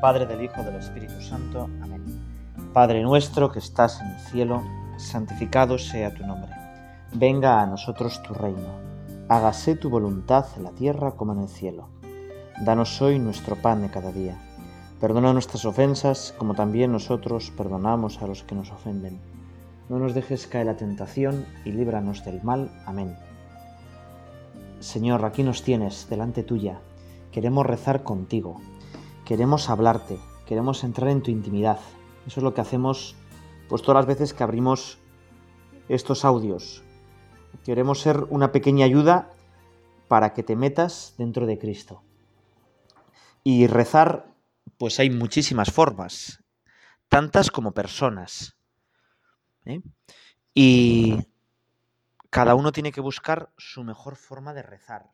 Padre, del Hijo, del Espíritu Santo. Amén. Padre nuestro que estás en el cielo, santificado sea tu nombre. Venga a nosotros tu reino. Hágase tu voluntad en la tierra como en el cielo. Danos hoy nuestro pan de cada día. Perdona nuestras ofensas, como también nosotros perdonamos a los que nos ofenden. No nos dejes caer la tentación y líbranos del mal. Amén. Señor, aquí nos tienes, delante tuya. Queremos rezar contigo. Queremos hablarte. Queremos entrar en tu intimidad. Eso es lo que hacemos pues todas las veces que abrimos estos audios. Queremos ser una pequeña ayuda para que te metas dentro de Cristo. Y rezar, pues hay muchísimas formas, tantas como personas. Y cada uno tiene que buscar su mejor forma de rezar.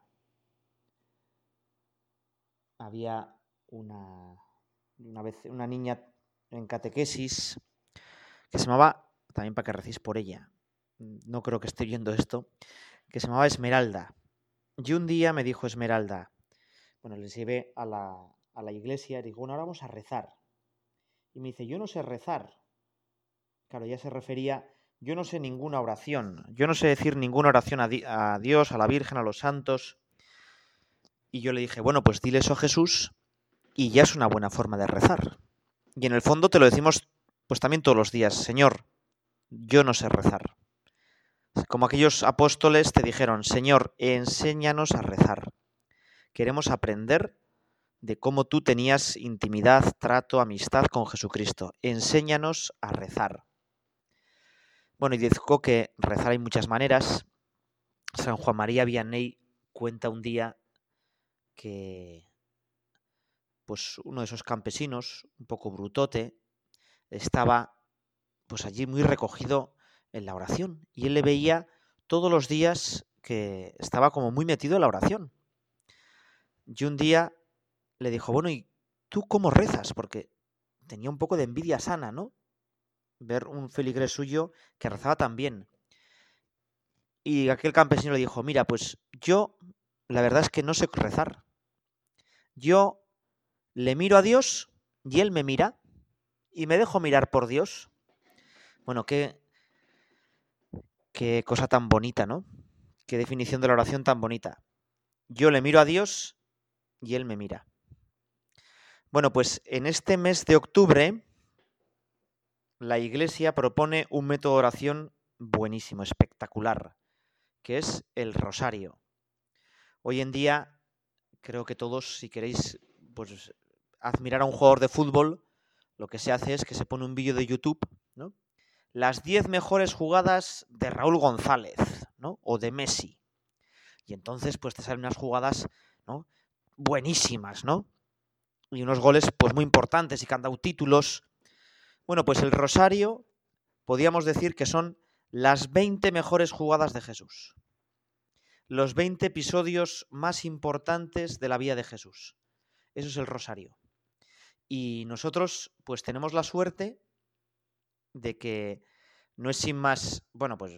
Había una vez una niña en catequesis que se llamaba, también para que recéis por ella, no creo que esté viendo esto, que se llamaba Esmeralda. Y un día me dijo Esmeralda, bueno, les llevé a la iglesia y digo, bueno, ahora vamos a rezar. Y me dice, yo no sé rezar. Claro, ya se refería, yo no sé ninguna oración, yo no sé decir ninguna oración a Dios, a la Virgen, a los santos. Y yo le dije, bueno, pues dile eso a Jesús y ya es una buena forma de rezar. Y en el fondo te lo decimos pues también todos los días, Señor, yo no sé rezar. Como aquellos apóstoles te dijeron, Señor, enséñanos a rezar. Queremos aprender de cómo tú tenías intimidad, trato, amistad con Jesucristo. Enséñanos a rezar. Bueno, y dijo que rezar hay muchas maneras. San Juan María Vianney cuenta un día que pues uno de esos campesinos, un poco brutote, estaba pues allí muy recogido en la oración. Y él le veía todos los días que estaba como muy metido en la oración. Y un día le dijo, bueno, ¿y tú cómo rezas? Porque tenía un poco de envidia sana, ¿no? Ver un feligrés suyo que rezaba tan bien. Y aquel campesino le dijo, mira, pues yo la verdad es que no sé rezar. Yo le miro a Dios y Él me mira y me dejo mirar por Dios. Bueno, qué cosa tan bonita, ¿no? Qué definición de la oración tan bonita. Yo le miro a Dios y Él me mira. Bueno, pues en este mes de octubre la Iglesia propone un método de oración buenísimo, espectacular, que es el rosario. Hoy en día creo que todos, si queréis pues, admirar a un jugador de fútbol, lo que se hace es que se pone un vídeo de YouTube, ¿no? Las 10 mejores jugadas de Raúl González, ¿no? O de Messi. Y entonces pues te salen unas jugadas, ¿no? Buenísimas, ¿no? Y unos goles pues muy importantes y que han dado títulos. Bueno, pues el rosario podríamos decir que son las 20 mejores jugadas de Jesús. Los 20 episodios más importantes de la vida de Jesús. Eso es el rosario. Y nosotros pues tenemos la suerte de que no es sin más, bueno, pues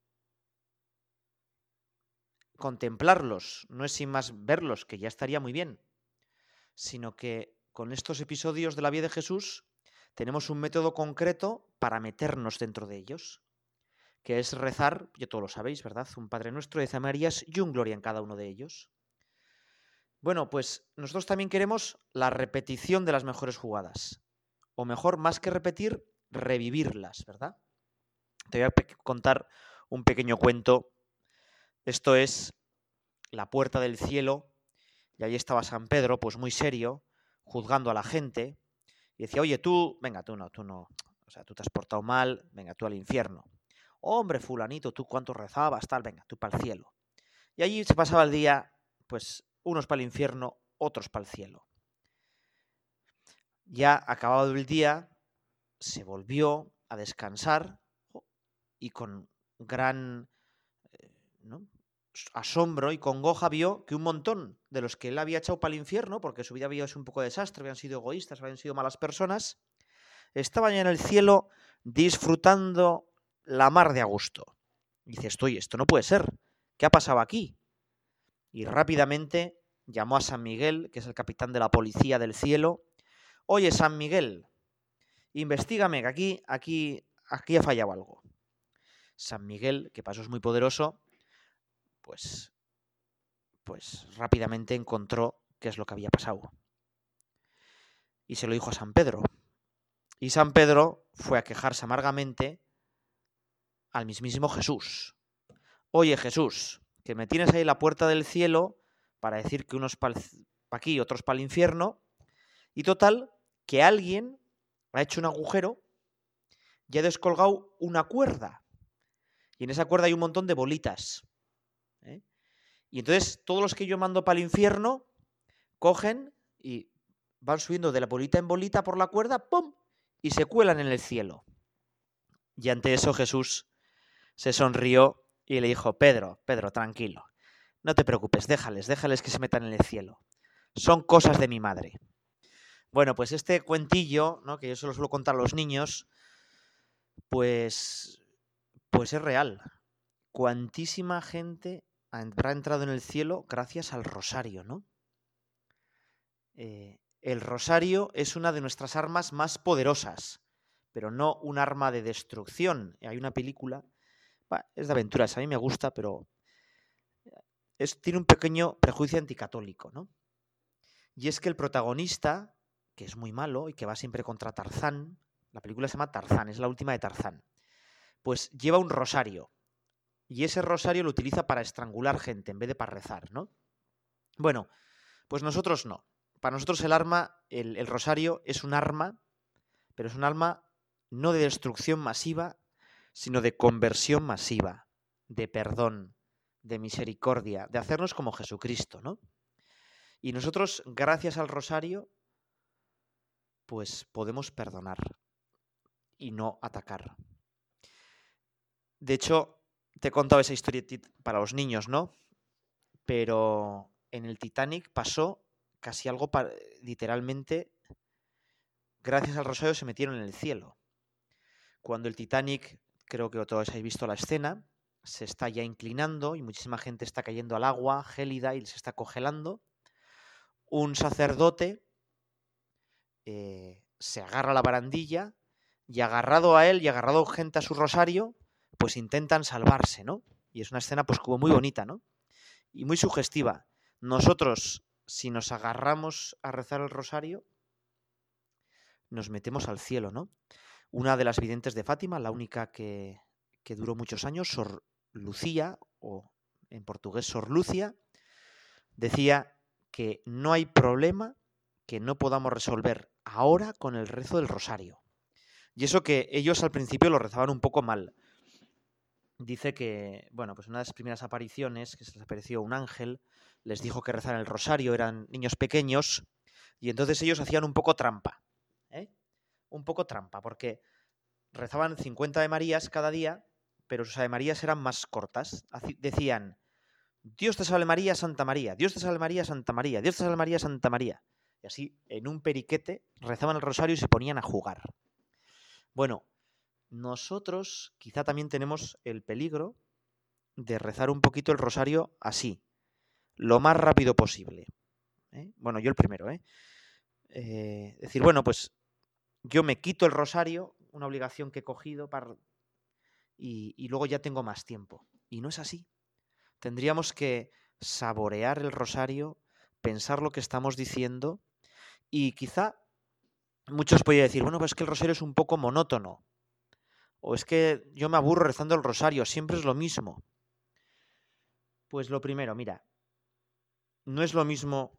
contemplarlos, no es sin más verlos, que ya estaría muy bien, sino que con estos episodios de la vida de Jesús tenemos un método concreto para meternos dentro de ellos, que es rezar, ya todos lo sabéis, ¿verdad? Un Padre Nuestro, 10 Marías y un Gloria en cada uno de ellos. Bueno, pues nosotros también queremos la repetición de las mejores jugadas. O mejor, más que repetir, revivirlas, ¿verdad? Te voy a contar un pequeño cuento. Esto es la puerta del cielo, y ahí estaba San Pedro, pues muy serio, juzgando a la gente, y decía, oye, tú, venga, tú no, o sea, tú te has portado mal, venga, tú al infierno. Hombre, fulanito, tú cuánto rezabas, tal, venga, tú para el cielo. Y allí se pasaba el día, pues, unos para el infierno, otros para el cielo. Ya acabado el día, se volvió a descansar y con gran ¿no? asombro y congoja vio que un montón de los que él había echado para el infierno, porque su vida había sido un poco de desastre, habían sido egoístas, habían sido malas personas, estaban ya en el cielo disfrutando la mar de a gusto. Y dices, oye, esto no puede ser. ¿Qué ha pasado aquí? Y rápidamente llamó a San Miguel, que es el capitán de la policía del cielo. Oye, San Miguel, investígame, que aquí ha fallado algo. San Miguel, que para eso es muy poderoso, pues rápidamente encontró qué es lo que había pasado. Y se lo dijo a San Pedro. Y San Pedro fue a quejarse amargamente al mismísimo Jesús. Oye, Jesús, que me tienes ahí en la puerta del cielo para decir que unos para aquí, otros para el infierno, y total, que alguien ha hecho un agujero y ha descolgado una cuerda. Y en esa cuerda hay un montón de bolitas. Y entonces todos los que yo mando para el infierno cogen y van subiendo de la bolita en bolita por la cuerda, ¡pum!, y se cuelan en el cielo. Y ante eso Jesús se sonrió y le dijo: Pedro, tranquilo, no te preocupes, déjales que se metan en el cielo. Son cosas de mi madre. Bueno, pues este cuentillo, ¿no?, que yo se lo suelo contar a los niños, pues es real. Cuantísima gente habrá entrado en el cielo gracias al rosario, ¿no? El rosario es una de nuestras armas más poderosas, pero no un arma de destrucción. Hay una película, es de aventuras, a mí me gusta, pero tiene un pequeño prejuicio anticatólico, ¿no? Y es que el protagonista, que es muy malo y que va siempre contra Tarzán, la película se llama Tarzán, es la última de Tarzán, pues lleva un rosario. Y ese rosario lo utiliza para estrangular gente en vez de para rezar, ¿no? Bueno, pues nosotros no. Para nosotros el rosario es un arma, pero es un arma no de destrucción masiva, sino de conversión masiva, de perdón, de misericordia, de hacernos como Jesucristo, ¿no? Y nosotros, gracias al rosario, pues podemos perdonar y no atacar. De hecho, te he contado esa historia para los niños, ¿no? Pero en el Titanic pasó casi algo literalmente, gracias al rosario se metieron en el cielo. Cuando el Titanic, creo que todos habéis visto la escena, se está ya inclinando y muchísima gente está cayendo al agua gélida y se está congelando, un sacerdote se agarra a la barandilla y agarrado a él y agarrado gente a su rosario, pues intentan salvarse, ¿no? Y es una escena pues como muy bonita, ¿no? Y muy sugestiva. Nosotros, si nos agarramos a rezar el rosario, nos metemos al cielo, ¿no? Una de las videntes de Fátima, la única que duró muchos años, Sor Lucía, o en portugués Sor Lucia, decía que no hay problema que no podamos resolver ahora con el rezo del rosario. Y eso que ellos al principio lo rezaban un poco mal. Dice que, bueno, pues una de las primeras apariciones, que se les apareció un ángel, les dijo que rezaran el rosario, eran niños pequeños, y entonces ellos hacían un poco trampa, un poco trampa, porque rezaban 50 Ave Marías cada día, pero sus Ave Marías eran más cortas. Decían: Dios te salve María, Santa María, Dios te salve María, Santa María, Dios te salve María, Santa María. Y así, en un periquete, rezaban el rosario y se ponían a jugar. Bueno, nosotros quizá también tenemos el peligro de rezar un poquito el rosario así, lo más rápido posible. Bueno, yo el primero, decir, bueno, pues yo me quito el rosario, una obligación que he cogido y luego ya tengo más tiempo. Y no es así. Tendríamos que saborear el rosario, pensar lo que estamos diciendo y quizá muchos podrían decir, bueno, pues es que el rosario es un poco monótono. O es que yo me aburro rezando el rosario, siempre es lo mismo. Pues lo primero, mira, no es lo mismo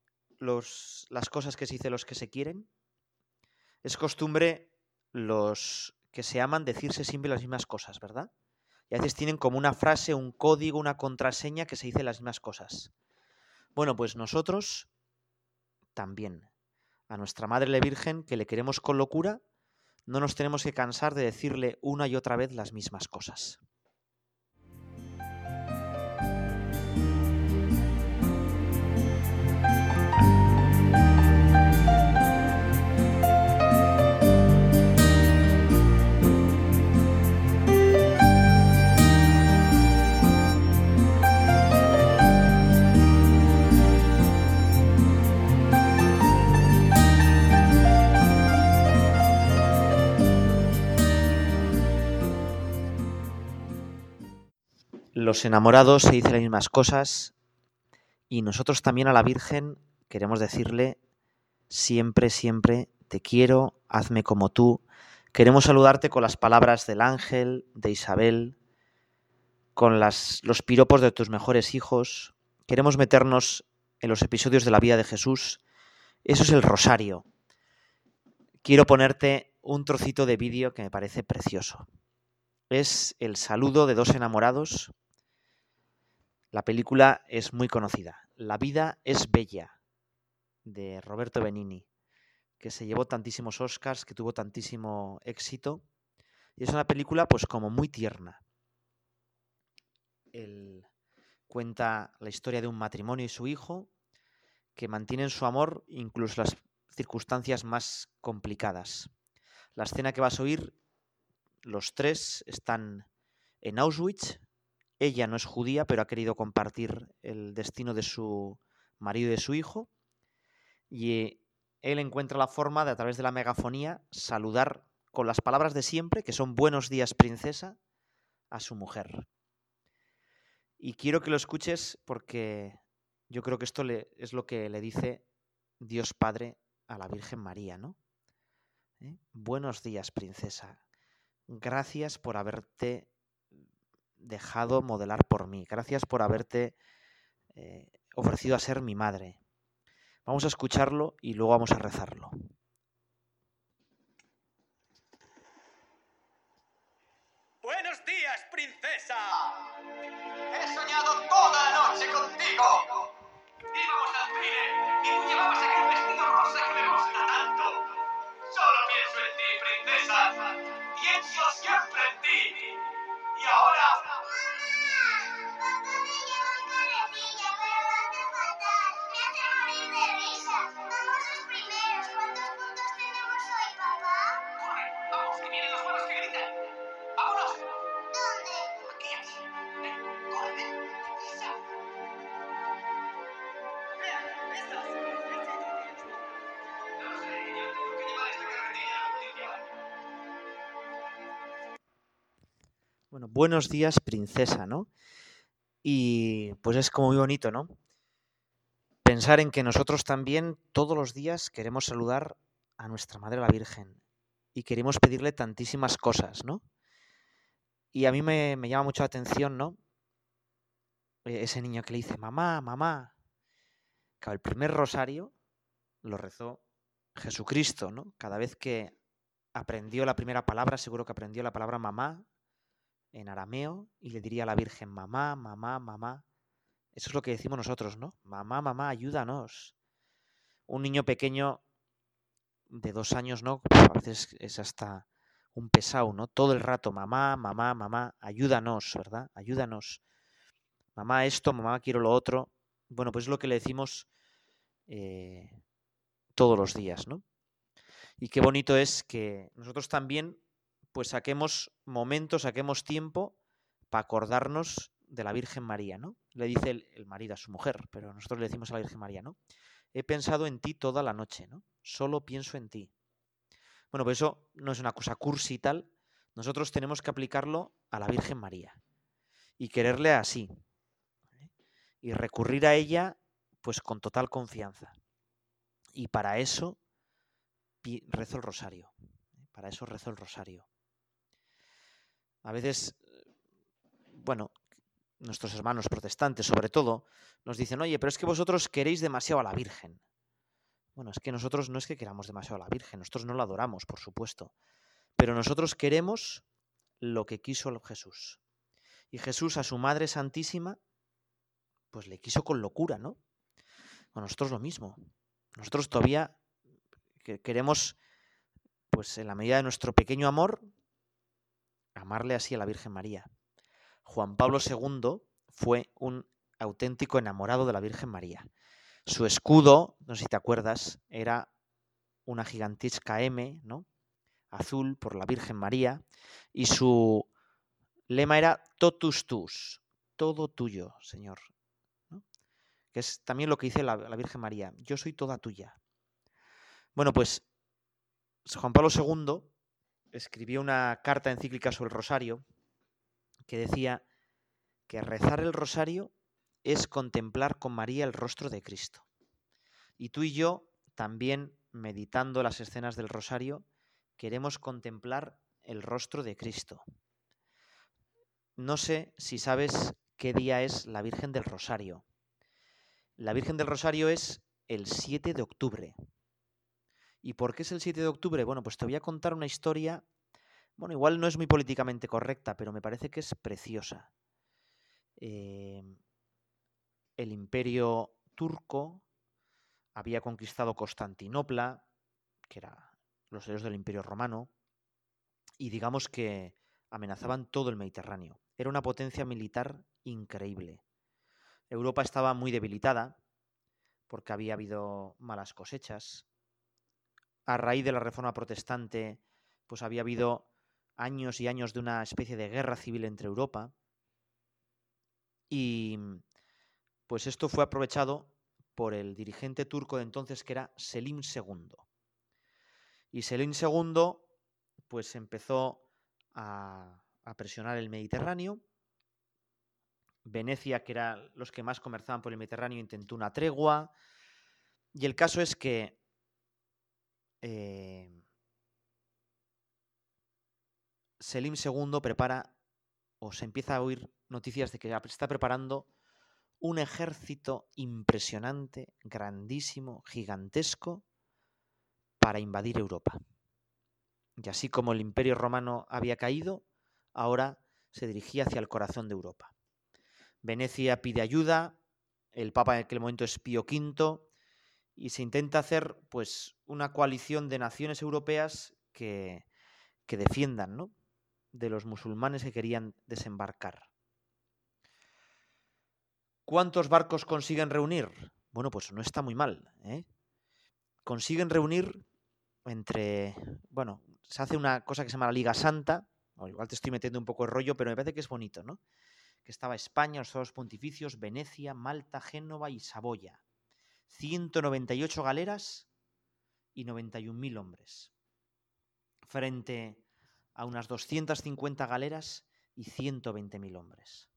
las cosas que se dicen los que se quieren. Es costumbre los que se aman decirse siempre las mismas cosas, ¿verdad? Y a veces tienen como una frase, un código, una contraseña que se dice las mismas cosas. Bueno, pues nosotros también. A nuestra Madre la Virgen, que le queremos con locura, no nos tenemos que cansar de decirle una y otra vez las mismas cosas. Los enamorados se dicen las mismas cosas y nosotros también a la Virgen queremos decirle siempre, siempre, te quiero, hazme como tú. Queremos saludarte con las palabras del ángel, de Isabel, con los piropos de tus mejores hijos. Queremos meternos en los episodios de la vida de Jesús. Eso es el rosario. Quiero ponerte un trocito de vídeo que me parece precioso. Es el saludo de dos enamorados. La película es muy conocida. La vida es bella, de Roberto Benigni, que se llevó tantísimos Oscars, que tuvo tantísimo éxito. Y es una película pues como muy tierna. Él cuenta la historia de un matrimonio y su hijo que mantienen su amor incluso en las circunstancias más complicadas. La escena que vas a oír, los tres están en Auschwitz. Ella no es judía, pero ha querido compartir el destino de su marido y de su hijo. Y él encuentra la forma de, a través de la megafonía, saludar con las palabras de siempre, que son buenos días, princesa, a su mujer. Y quiero que lo escuches porque yo creo que esto es lo que le dice Dios Padre a la Virgen María, ¿no? Buenos días, princesa. Gracias por haberte dejado modelar por mí. Gracias por haberte ofrecido a ser mi madre. Vamos a escucharlo y luego vamos a rezarlo. Buenos días, princesa. He soñado toda la noche contigo. Íbamos al cine y tú llevabas aquel vestido rosa que me gusta tanto. Solo pienso en ti, princesa. Pienso siempre en ti. Y ahora... Papá me lleva en carretilla, pero lo hace fatal. Me hace morir de risa. Vamos los primeros. ¿Cuántos puntos tenemos hoy, papá? Corre, vamos, que vienen los malos que gritan. ¡Vámonos! ¿Dónde? Aquí. Ven, corre, ven, deprisa. Mira, estos. No sé, yo tengo que llevar esta carretilla a la policía. Bueno, buenos días, princesa, ¿no? Y pues es como muy bonito, ¿no? Pensar en que nosotros también todos los días queremos saludar a nuestra Madre la Virgen y queremos pedirle tantísimas cosas, ¿no? Y a mí me llama mucho la atención, ¿no? Ese niño que le dice, mamá, mamá. Claro, el primer rosario lo rezó Jesucristo, ¿no? Cada vez que aprendió la primera palabra, seguro que aprendió la palabra mamá en arameo y le diría a la Virgen, mamá, mamá, mamá. Eso es lo que decimos nosotros, ¿no? Mamá, mamá, ayúdanos. Un niño pequeño de 2 años, ¿no? Pues a veces es hasta un pesado, ¿no? Todo el rato, mamá, mamá, mamá, ayúdanos, ¿verdad? Ayúdanos. Mamá esto, mamá quiero lo otro. Bueno, pues es lo que le decimos todos los días, ¿no? Y qué bonito es que nosotros también pues saquemos momentos, saquemos tiempo para acordarnos de la Virgen María, ¿no? Le dice el marido a su mujer, pero nosotros le decimos a la Virgen María, ¿no? He pensado en ti toda la noche, ¿no? Solo pienso en ti. Bueno, pues eso no es una cosa cursi y tal. Nosotros tenemos que aplicarlo a la Virgen María y quererle así. Y recurrir a ella pues con total confianza. Y para eso rezo el rosario. Para eso rezo el rosario. A veces, bueno, nuestros hermanos protestantes sobre todo, nos dicen, oye, pero es que vosotros queréis demasiado a la Virgen. Bueno, es que nosotros no es que queramos demasiado a la Virgen, nosotros no la adoramos, por supuesto, pero nosotros queremos lo que quiso Jesús. Y Jesús a su Madre Santísima, pues le quiso con locura, ¿no? Bueno, nosotros lo mismo. Nosotros todavía queremos, pues en la medida de nuestro pequeño amor, amarle así a la Virgen María. Juan Pablo II fue un auténtico enamorado de la Virgen María. Su escudo, no sé si te acuerdas, era una gigantesca M, ¿no? Azul por la Virgen María, y su lema era totus tus, todo tuyo, Señor, ¿no? Que es también lo que dice la Virgen María, yo soy toda tuya. Bueno, pues Juan Pablo II escribió una carta encíclica sobre el rosario que decía que rezar el rosario es contemplar con María el rostro de Cristo. Y tú y yo, también meditando las escenas del rosario, queremos contemplar el rostro de Cristo. No sé si sabes qué día es la Virgen del Rosario. La Virgen del Rosario es el 7 de octubre. ¿Y por qué es el 7 de octubre? Bueno, pues te voy a contar una historia, bueno, igual no es muy políticamente correcta, pero me parece que es preciosa. El Imperio turco había conquistado Constantinopla, que era los herederos del Imperio Romano, y digamos que amenazaban todo el Mediterráneo. Era una potencia militar increíble. Europa estaba muy debilitada porque había habido malas cosechas. A raíz de la Reforma Protestante, pues había habido años y años de una especie de guerra civil entre Europa. Y pues esto fue aprovechado por el dirigente turco de entonces, que era Selim II. Y Selim II pues empezó a presionar el Mediterráneo. Venecia, que eran los que más comerciaban por el Mediterráneo, intentó una tregua. Y el caso es que Selim II prepara, o se empieza a oír noticias de que está preparando un ejército impresionante, grandísimo, gigantesco, para invadir Europa. Y así como el Imperio Romano había caído, ahora se dirigía hacia el corazón de Europa. Venecia pide ayuda, el Papa en aquel momento es Pío V, y se intenta hacer pues una coalición de naciones europeas que defiendan, ¿no?, de los musulmanes que querían desembarcar. ¿Cuántos barcos consiguen reunir? Bueno, pues no está muy mal, ¿eh? Consiguen reunir se hace una cosa que se llama la Liga Santa, o igual te estoy metiendo un poco de rollo, pero me parece que es bonito, ¿no? Que estaba España, los Estados Pontificios, Venecia, Malta, Génova y Saboya. 198 galeras y 91.000 hombres. Frente a unas 250 galeras y 120.000 hombres.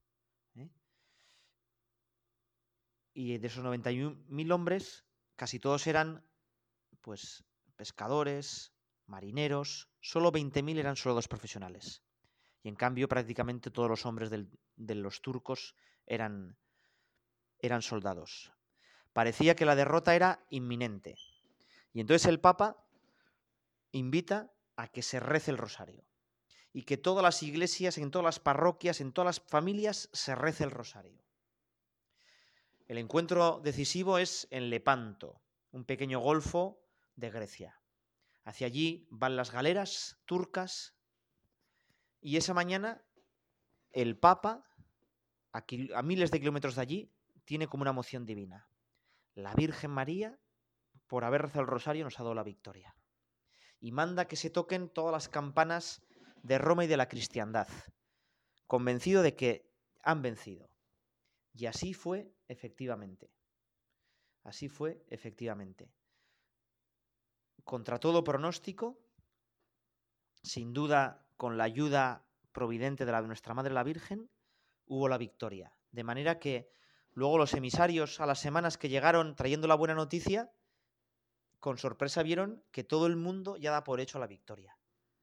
Y de esos 91.000 hombres, casi todos eran pues pescadores, marineros, solo 20.000 eran soldados profesionales. Y en cambio prácticamente todos los hombres de los turcos eran soldados. Parecía que la derrota era inminente. Y entonces el Papa invita a que se rece el rosario. Y que todas las iglesias, en todas las parroquias, en todas las familias, se rece el rosario. El encuentro decisivo es en Lepanto, un pequeño golfo de Grecia. Hacia allí van las galeras turcas y esa mañana el Papa, a miles de kilómetros de allí, tiene como una moción divina. La Virgen María, por haber rezado el rosario, nos ha dado la victoria. Y manda que se toquen todas las campanas de Roma y de la cristiandad, convencido de que han vencido. Y así fue efectivamente. Así fue efectivamente. Contra todo pronóstico, sin duda con la ayuda providente de nuestra Madre la Virgen, hubo la victoria. De manera que luego los emisarios a las semanas que llegaron trayendo la buena noticia, con sorpresa vieron que todo el mundo ya da por hecho la victoria.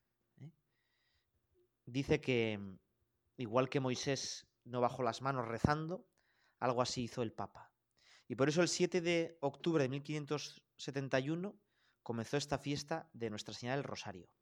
Dice que, igual que Moisés no bajó las manos rezando, algo así hizo el Papa. Y por eso el 7 de octubre de 1571 comenzó esta fiesta de Nuestra Señora del Rosario.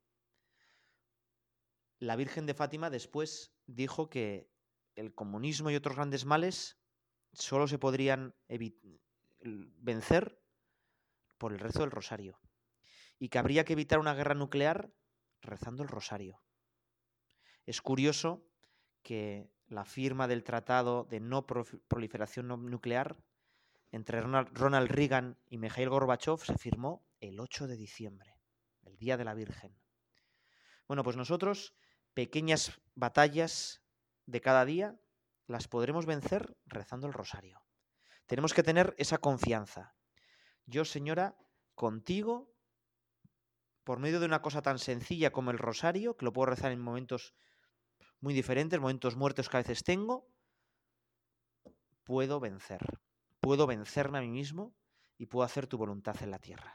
La Virgen de Fátima después dijo que el comunismo y otros grandes males solo se podrían vencer por el rezo del rosario y que habría que evitar una guerra nuclear rezando el rosario. Es curioso que la firma del Tratado de No Proliferación Nuclear entre Ronald Reagan y Mikhail Gorbachev se firmó el 8 de diciembre, el Día de la Virgen. Bueno, pues nosotros, pequeñas batallas de cada día, las podremos vencer rezando el rosario. Tenemos que tener esa confianza. Yo, Señora, contigo, por medio de una cosa tan sencilla como el rosario, que lo puedo rezar en momentos muy diferentes, momentos muertos que a veces tengo, puedo vencer. Puedo vencerme a mí mismo y puedo hacer tu voluntad en la tierra.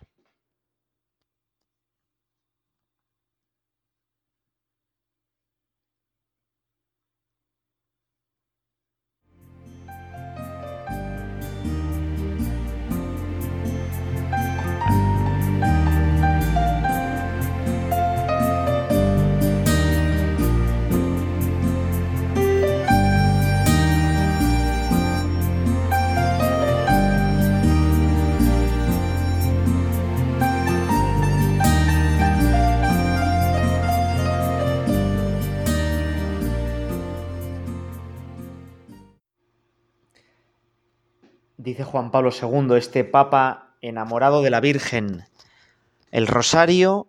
Dice Juan Pablo II, este papa enamorado de la Virgen, el rosario,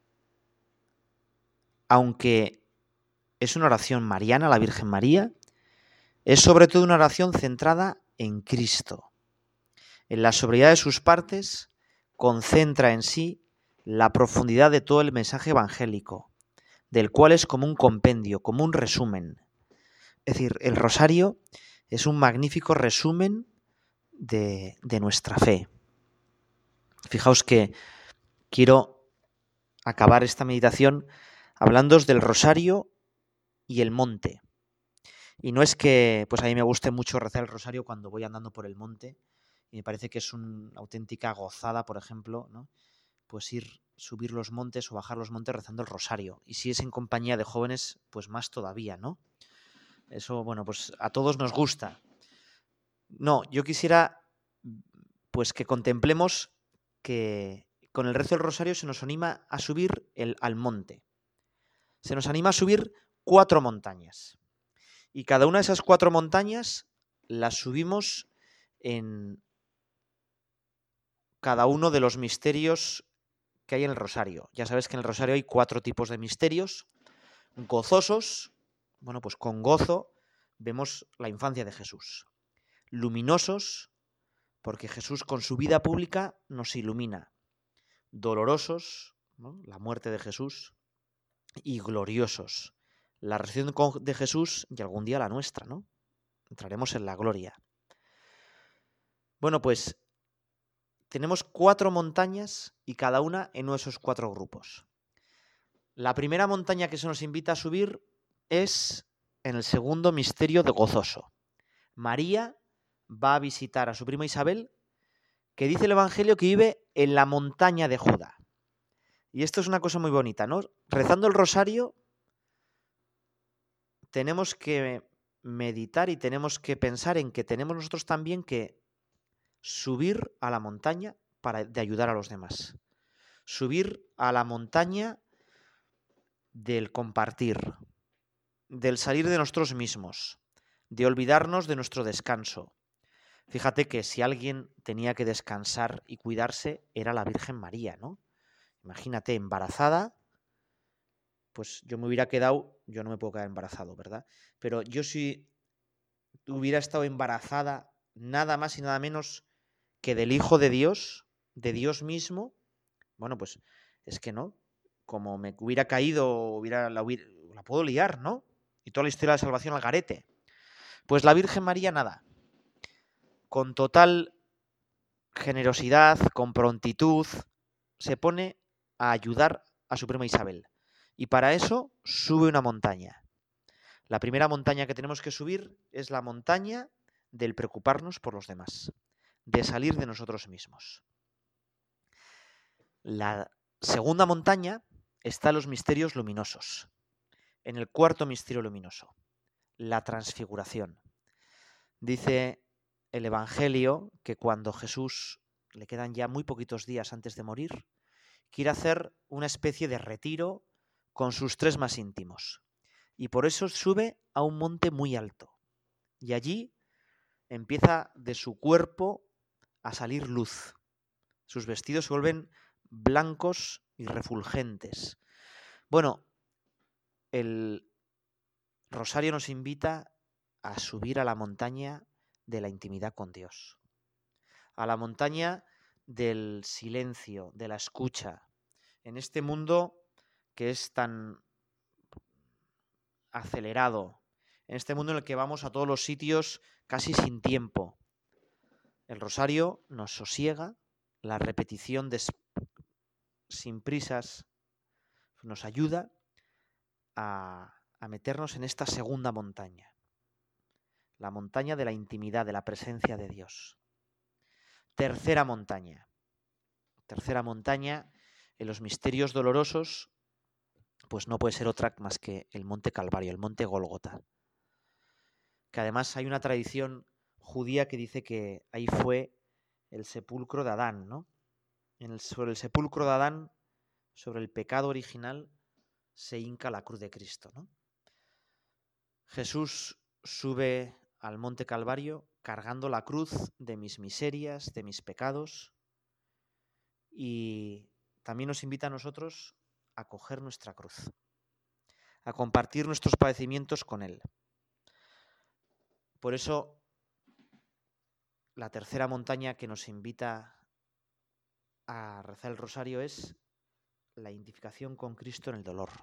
aunque es una oración mariana, la Virgen María, es sobre todo una oración centrada en Cristo. En la sobriedad de sus partes concentra en sí la profundidad de todo el mensaje evangélico, del cual es como un compendio, como un resumen. Es decir, el rosario es un magnífico resumen de nuestra fe. Fijaos que quiero acabar esta meditación hablándoos del rosario y el monte. Y no es que pues a mí me guste mucho rezar el rosario cuando voy andando por el monte, y me parece que es una auténtica gozada, por ejemplo, ¿no? Pues subir los montes o bajar los montes rezando el rosario. Y si es en compañía de jóvenes, pues más todavía, ¿no? Eso, bueno, pues a todos nos gusta. No, yo quisiera pues que contemplemos que con el rezo del rosario se nos anima a subir al monte. Se nos anima a subir 4 montañas. Y cada una de esas 4 montañas las subimos en cada uno de los misterios que hay en el rosario. Ya sabes que en el rosario hay 4 tipos de misterios. Gozosos, bueno, pues con gozo vemos la infancia de Jesús. Luminosos, porque Jesús con su vida pública nos ilumina. Dolorosos, ¿no? La muerte de Jesús. Y gloriosos, la resurrección de Jesús y algún día la nuestra, ¿no? Entraremos en la gloria. Bueno, pues tenemos 4 montañas y cada una en uno de esos 4 grupos. La primera montaña que se nos invita a subir es en el segundo misterio de gozoso. María va a visitar a su prima Isabel, que dice el Evangelio que vive en la montaña de Judá. Y esto es una cosa muy bonita, ¿no? Rezando el rosario tenemos que meditar y tenemos que pensar en que tenemos nosotros también que subir a la montaña de ayudar a los demás. Subir a la montaña del compartir, del salir de nosotros mismos, de olvidarnos de nuestro descanso. Fíjate que si alguien tenía que descansar y cuidarse era la Virgen María, ¿no? Imagínate, embarazada, pues yo me hubiera quedado, yo no me puedo quedar embarazado, ¿verdad? Pero yo si hubiera estado embarazada nada más y nada menos que del Hijo de Dios mismo, bueno, pues es que no, como me hubiera caído, la puedo liar, ¿no? Y toda la historia de la salvación al garete. Pues la Virgen María nada, con total generosidad, con prontitud, se pone a ayudar a su prima Isabel. Y para eso sube una montaña. La primera montaña que tenemos que subir es la montaña del preocuparnos por los demás, de salir de nosotros mismos. La segunda montaña está en los misterios luminosos. En el cuarto misterio luminoso, la transfiguración. Dice el Evangelio que cuando Jesús, le quedan ya muy poquitos días antes de morir, quiere hacer una especie de retiro con sus 3 más íntimos. Y por eso sube a un monte muy alto. Y allí empieza de su cuerpo a salir luz. Sus vestidos se vuelven blancos y refulgentes. Bueno, el rosario nos invita a subir a la montaña de la intimidad con Dios. A la montaña del silencio, de la escucha. En este mundo que es tan acelerado, en este mundo en el que vamos a todos los sitios casi sin tiempo. El rosario nos sosiega, la repetición sin prisas nos ayuda a meternos en esta segunda montaña, la montaña de la intimidad, de la presencia de Dios. Tercera montaña en los misterios dolorosos, pues no puede ser otra más que el Monte Calvario, el Monte Gólgota. Que además hay una tradición judía que dice que ahí fue el sepulcro de Adán, ¿no? Sobre el sepulcro de Adán, sobre el pecado original, se hinca la cruz de Cristo, ¿no? Jesús sube al Monte Calvario cargando la cruz de mis miserias, de mis pecados, y también nos invita a nosotros a coger nuestra cruz, a compartir nuestros padecimientos con Él. Por eso, la tercera montaña que nos invita a rezar el rosario es la identificación con Cristo en el dolor.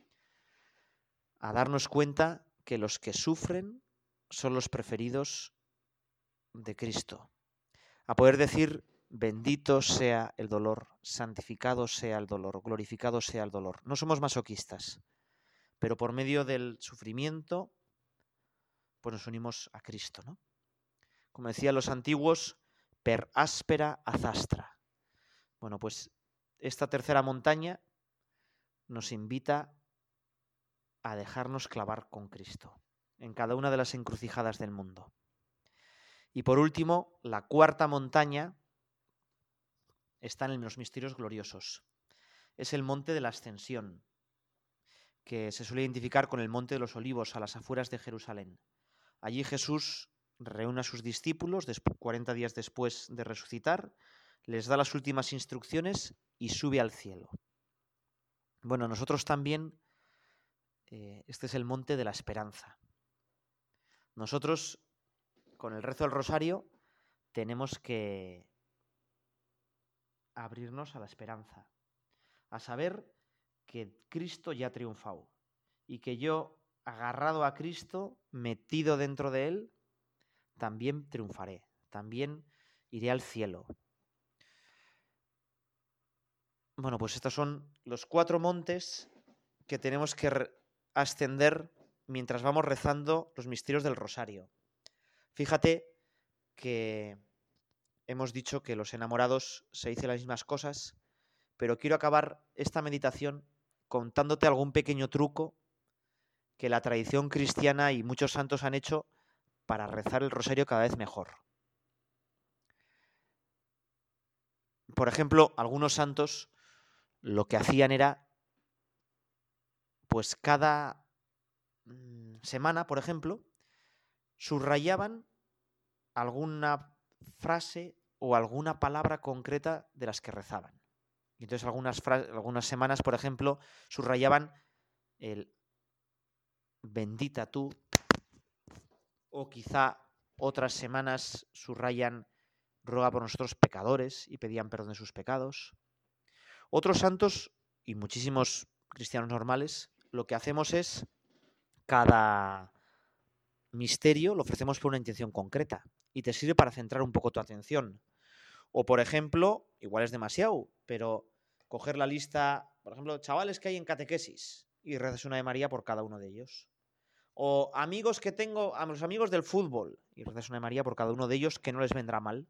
A darnos cuenta que los que sufren son los preferidos de Cristo. A poder decir, bendito sea el dolor, santificado sea el dolor, glorificado sea el dolor. No somos masoquistas, pero por medio del sufrimiento, pues nos unimos a Cristo, ¿no? Como decían los antiguos, per áspera az astra. Bueno, pues esta tercera montaña nos invita a dejarnos clavar con Cristo en cada una de las encrucijadas del mundo. Y por último, la cuarta montaña está en los misterios gloriosos. Es el monte de la Ascensión, que se suele identificar con el Monte de los Olivos, a las afueras de Jerusalén. Allí Jesús reúne a sus discípulos 40 días después de resucitar, les da las últimas instrucciones y sube al cielo. Bueno, nosotros también, este es el monte de la esperanza. Nosotros, con el rezo del rosario, tenemos que abrirnos a la esperanza, a saber que Cristo ya ha triunfado y que yo, agarrado a Cristo, metido dentro de Él, también triunfaré, también iré al cielo. Bueno, pues estos son los 4 montes que tenemos que ascender mientras vamos rezando los misterios del rosario. Fíjate que hemos dicho que los enamorados se dicen las mismas cosas, pero quiero acabar esta meditación contándote algún pequeño truco que la tradición cristiana y muchos santos han hecho para rezar el rosario cada vez mejor. Por ejemplo, algunos santos lo que hacían era, pues cada semana, por ejemplo, subrayaban alguna frase o alguna palabra concreta de las que rezaban. Y entonces algunas semanas, por ejemplo, subrayaban el bendita tú, o quizá otras semanas subrayan ruega por nosotros pecadores y pedían perdón de sus pecados. Otros santos y muchísimos cristianos normales, lo que hacemos es cada misterio lo ofrecemos por una intención concreta y te sirve para centrar un poco tu atención. O, por ejemplo, igual es demasiado, pero coger la lista, por ejemplo, chavales que hay en catequesis y rezas una de María por cada uno de ellos. O amigos que tengo, a los amigos del fútbol y rezas una de María por cada uno de ellos, que no les vendrá mal.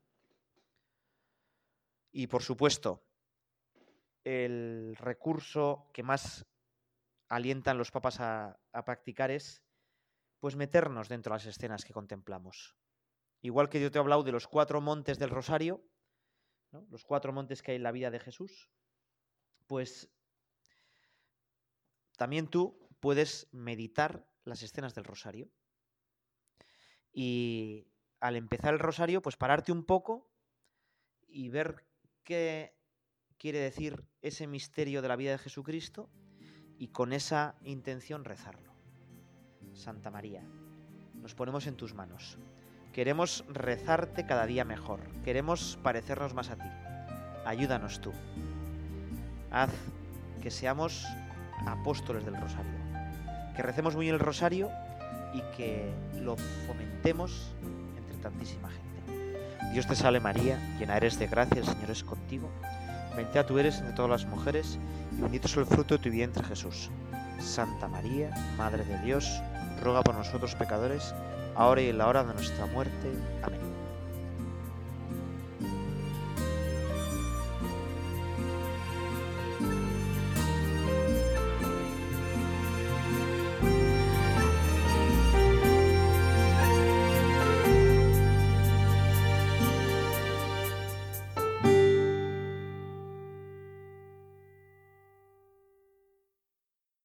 Y, por supuesto, el recurso que más alientan los papas a practicar es pues meternos dentro de las escenas que contemplamos. Igual que yo te he hablado de los 4 montes del rosario, ¿no? Los 4 montes que hay en la vida de Jesús, pues también tú puedes meditar las escenas del rosario. Y al empezar el rosario, pues pararte un poco y ver qué quiere decir ese misterio de la vida de Jesucristo y con esa intención rezarlo. Santa María, nos ponemos en tus manos. Queremos rezarte cada día mejor. Queremos parecernos más a ti. Ayúdanos tú. Haz que seamos apóstoles del rosario. Que recemos muy bien el rosario y que lo fomentemos entre tantísima gente. Dios te salve María, llena eres de gracia, el Señor es contigo. Bendita tú eres entre todas las mujeres y bendito es el fruto de tu vientre Jesús. Santa María, Madre de Dios, ruega por nosotros pecadores, ahora y en la hora de nuestra muerte. Amén.